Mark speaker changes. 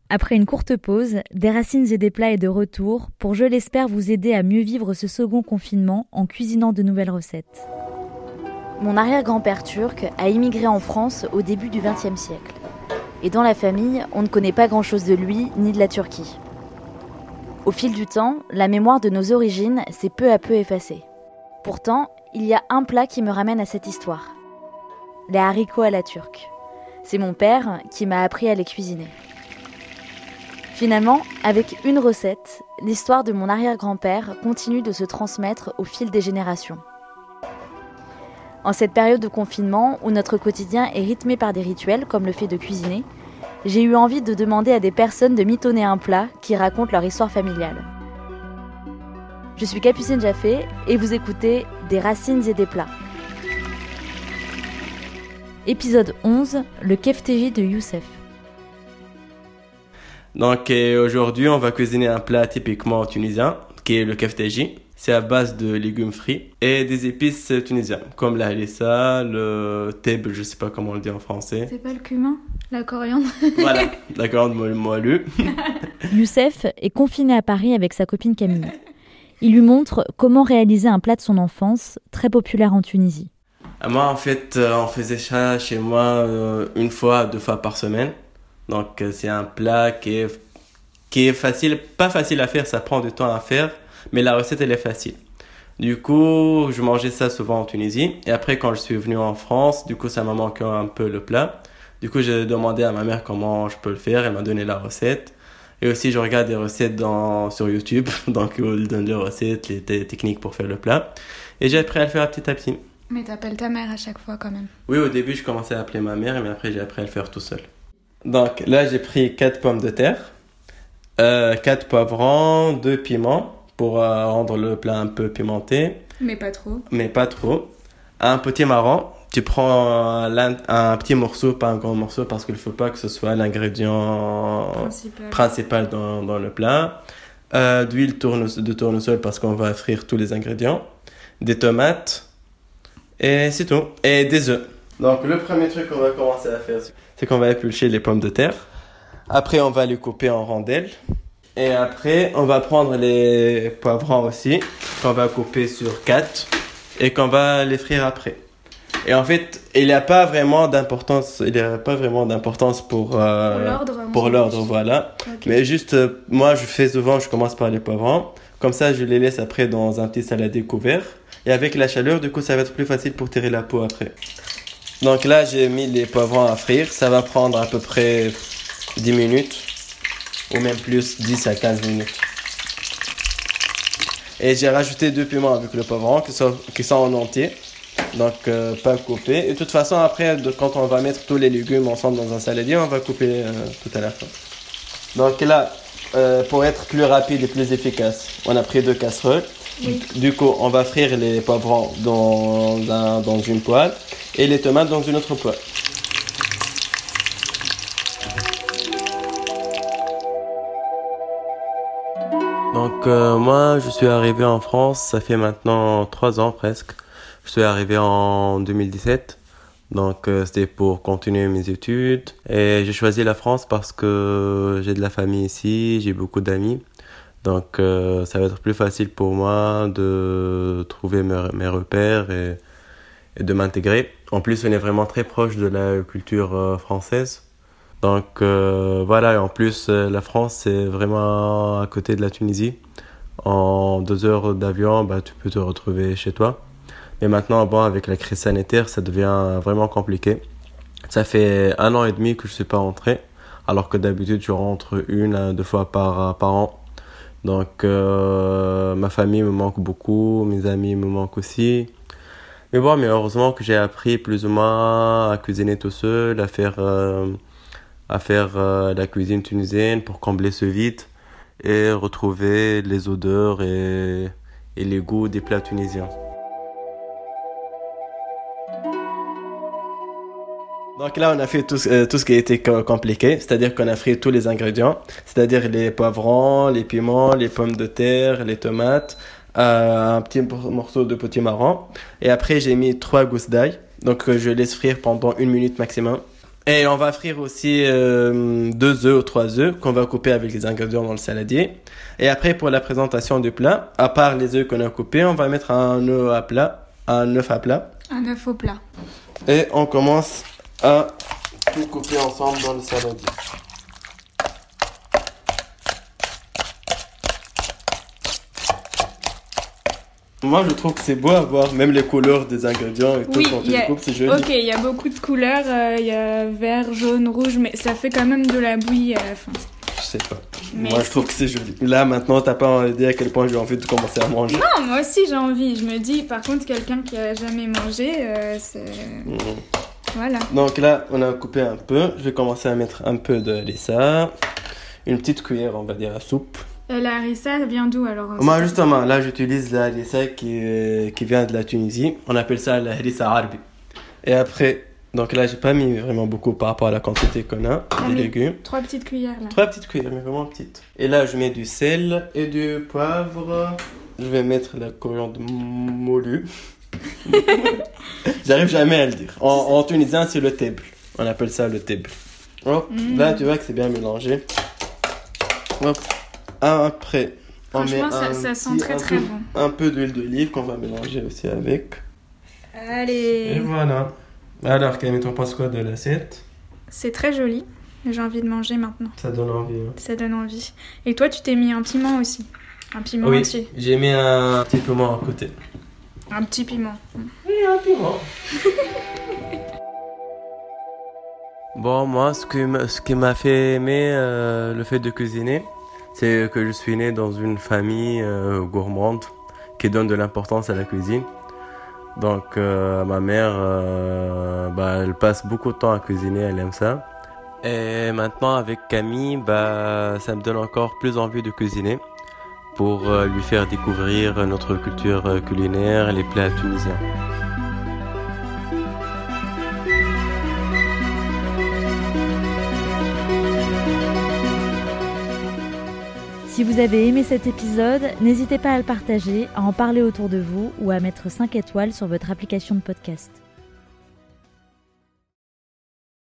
Speaker 1: Après une courte pause, Des racines et des plats est de retour pour, je l'espère, vous aider à mieux vivre ce second confinement en cuisinant de nouvelles recettes. Mon arrière-grand-père turc a immigré en France au début du XXe siècle. Et dans la famille, on ne connaît pas grand-chose de lui ni de la Turquie. Au fil du temps, la mémoire de nos origines s'est peu à peu effacée. Pourtant, il y a un plat qui me ramène à cette histoire. Les haricots à la turque. C'est mon père qui m'a appris à les cuisiner. Finalement, avec une recette, l'histoire de mon arrière-grand-père continue de se transmettre au fil des générations. En cette période de confinement, où notre quotidien est rythmé par des rituels comme le fait de cuisiner, j'ai eu envie de demander à des personnes de mitonner un plat qui raconte leur histoire familiale. Je suis Capucine Jaffé et vous écoutez Des racines et des plats. Épisode 11, le kefteji de Youssef.
Speaker 2: Donc aujourd'hui, on va cuisiner un plat typiquement tunisien, qui est le kefteji. C'est à base de légumes frits et des épices tunisiennes, comme la harissa, le teb, je sais pas comment on le dit en français.
Speaker 3: C'est pas le cumin, la coriandre.
Speaker 2: Voilà, la coriandre moellue.
Speaker 1: Youssef est confiné à Paris avec sa copine Camille. Il lui montre comment réaliser un plat de son enfance, très populaire en Tunisie.
Speaker 2: Moi, en fait, on faisait ça chez moi une fois, 2 fois par semaine. Donc, c'est un plat qui est facile, pas facile à faire, ça prend du temps à faire, mais la recette, elle est facile. Du coup, je mangeais ça souvent en Tunisie. Et après, quand je suis venu en France, du coup, ça m'a manqué un peu le plat. Du coup, j'ai demandé à ma mère comment je peux le faire. Elle m'a donné la recette. Et aussi, je regarde des recettes sur YouTube. Donc, ils donnent les recettes, les techniques pour faire le plat. Et j'ai appris à le faire petit à petit.
Speaker 3: Mais t'appelles ta mère à chaque fois quand même.
Speaker 2: Oui, au début, je commençais à appeler ma mère, mais après, j'ai appris à le faire tout seul. Donc, là, j'ai pris 4 pommes de terre, 4 poivrons, 2 piments pour rendre le plat un peu pimenté.
Speaker 3: Mais pas trop.
Speaker 2: Mais pas trop. Un petit marron. Tu prends un petit morceau, pas un grand morceau, parce qu'il ne faut pas que ce soit l'ingrédient principal dans le plat. D'huile de tournesol parce qu'on va frire tous les ingrédients. Des tomates. Et c'est tout. Et des œufs. Donc, le premier truc qu'on va commencer à faire, c'est qu'on va éplucher les pommes de terre. Après, on va les couper en rondelles. Et après, on va prendre les poivrons aussi, qu'on va couper sur 4 et qu'on va les frire après. Et en fait, il n'y a pas vraiment d'importance pour l'ordre, voilà. Okay. Mais juste, moi, je commence par les poivrons. Comme ça, je les laisse après dans un petit saladier couvert. Et avec la chaleur, du coup, ça va être plus facile pour tirer la peau après. Donc là, j'ai mis les poivrons à frire. Ça va prendre à peu près 10 minutes. Ou même plus, 10 à 15 minutes. Et j'ai rajouté 2 piments avec le poivron qui sont en entier. Donc, pas coupés. Et de toute façon, après, quand on va mettre tous les légumes ensemble dans un saladier, on va couper tout à la fin. Donc là, pour être plus rapide et plus efficace, on a pris 2 casseroles. Oui. Du coup, on va frire les poivrons dans une poêle et les tomates dans une autre poêle. Donc moi, je suis arrivé en France, ça fait maintenant 3 ans presque. Je suis arrivé en 2017, donc c'était pour continuer mes études. Et j'ai choisi la France parce que j'ai de la famille ici, j'ai beaucoup d'amis. Donc ça va être plus facile pour moi de trouver mes repères et de m'intégrer. En plus, on est vraiment très proche de la culture française. Donc voilà, et en plus, la France, c'est vraiment à côté de la Tunisie. En 2 heures d'avion, tu peux te retrouver chez toi. Mais maintenant, avec la crise sanitaire, ça devient vraiment compliqué. Ça fait 1 an et demi que je ne suis pas rentré, alors que d'habitude, je rentre 1 à 2 fois par an. Donc, ma famille me manque beaucoup, mes amis me manquent aussi. Mais heureusement que j'ai appris plus ou moins à cuisiner tout seul, à faire la cuisine tunisienne pour combler ce vide et retrouver les odeurs et les goûts des plats tunisiens. Donc là, on a fait tout ce qui a été compliqué, c'est-à-dire qu'on a frit tous les ingrédients, c'est-à-dire les poivrons, les piments, les pommes de terre, les tomates, un petit morceau de potimarron. Et après, j'ai mis 3 gousses d'ail, donc je laisse frire pendant 1 minute maximum. Et on va frire aussi 2 œufs ou 3 œufs qu'on va couper avec les ingrédients dans le saladier. Et après, pour la présentation du plat, à part les œufs qu'on a coupés, on va mettre un œuf à plat.
Speaker 3: Un œuf au plat.
Speaker 2: Et on commence à tout couper ensemble dans le saladier. Moi, je trouve que c'est beau à voir, même les couleurs des ingrédients et tout, quand tu les coupes, c'est joli.
Speaker 3: Ok, il y a beaucoup de couleurs, il y a vert, jaune, rouge, mais ça fait quand même de la bouillie à la fin.
Speaker 2: Je sais pas. Mais moi, je trouve que c'est joli. Là, maintenant, t'as pas idée à quel point j'ai envie de commencer à manger.
Speaker 3: Non, moi aussi, j'ai envie. Je me dis, par contre, quelqu'un qui a jamais mangé, c'est... Voilà.
Speaker 2: Donc là, on a coupé un peu. Je vais commencer à mettre un peu de harissa. Une petite cuillère, on va dire, à soupe.
Speaker 3: La harissa, elle vient d'où alors?
Speaker 2: Moi, justement, là, j'utilise la harissa qui vient de la Tunisie. On appelle ça la harissa arbi. Et après, donc là, j'ai pas mis vraiment beaucoup par rapport à la quantité qu'on a des légumes.
Speaker 3: 3 petites cuillères là.
Speaker 2: 3 petites cuillères, mais vraiment petites. Et là, je mets du sel et du poivre. Je vais mettre la coriandre moulue. J'arrive jamais à le dire. En tunisien, c'est le tebl. On appelle ça le tebl. Hop, là, tu vois que c'est bien mélangé. Hop. Après, on met
Speaker 3: ça sent très bon.
Speaker 2: Un peu d'huile d'olive qu'on va mélanger aussi avec.
Speaker 3: Allez.
Speaker 2: Et voilà. Alors, Camille, t'en penses quoi de l'assiette?
Speaker 3: C'est très joli. J'ai envie de manger maintenant.
Speaker 2: Ça donne envie. Hein.
Speaker 3: Ça donne envie. Et toi, tu t'es mis un piment aussi. Un piment entier.
Speaker 2: Oui, j'ai mis un petit piment à côté.
Speaker 3: Un petit piment.
Speaker 2: Oui, un piment. Bon, moi, ce qui m'a fait aimer le fait de cuisiner, c'est que je suis né dans une famille gourmande qui donne de l'importance à la cuisine. Donc, ma mère, elle passe beaucoup de temps à cuisiner, elle aime ça. Et maintenant, avec Camille, ça me donne encore plus envie de cuisiner pour lui faire découvrir notre culture culinaire, les plats tunisiens.
Speaker 1: Si vous avez aimé cet épisode, n'hésitez pas à le partager, à en parler autour de vous ou à mettre 5 étoiles sur votre application de podcast.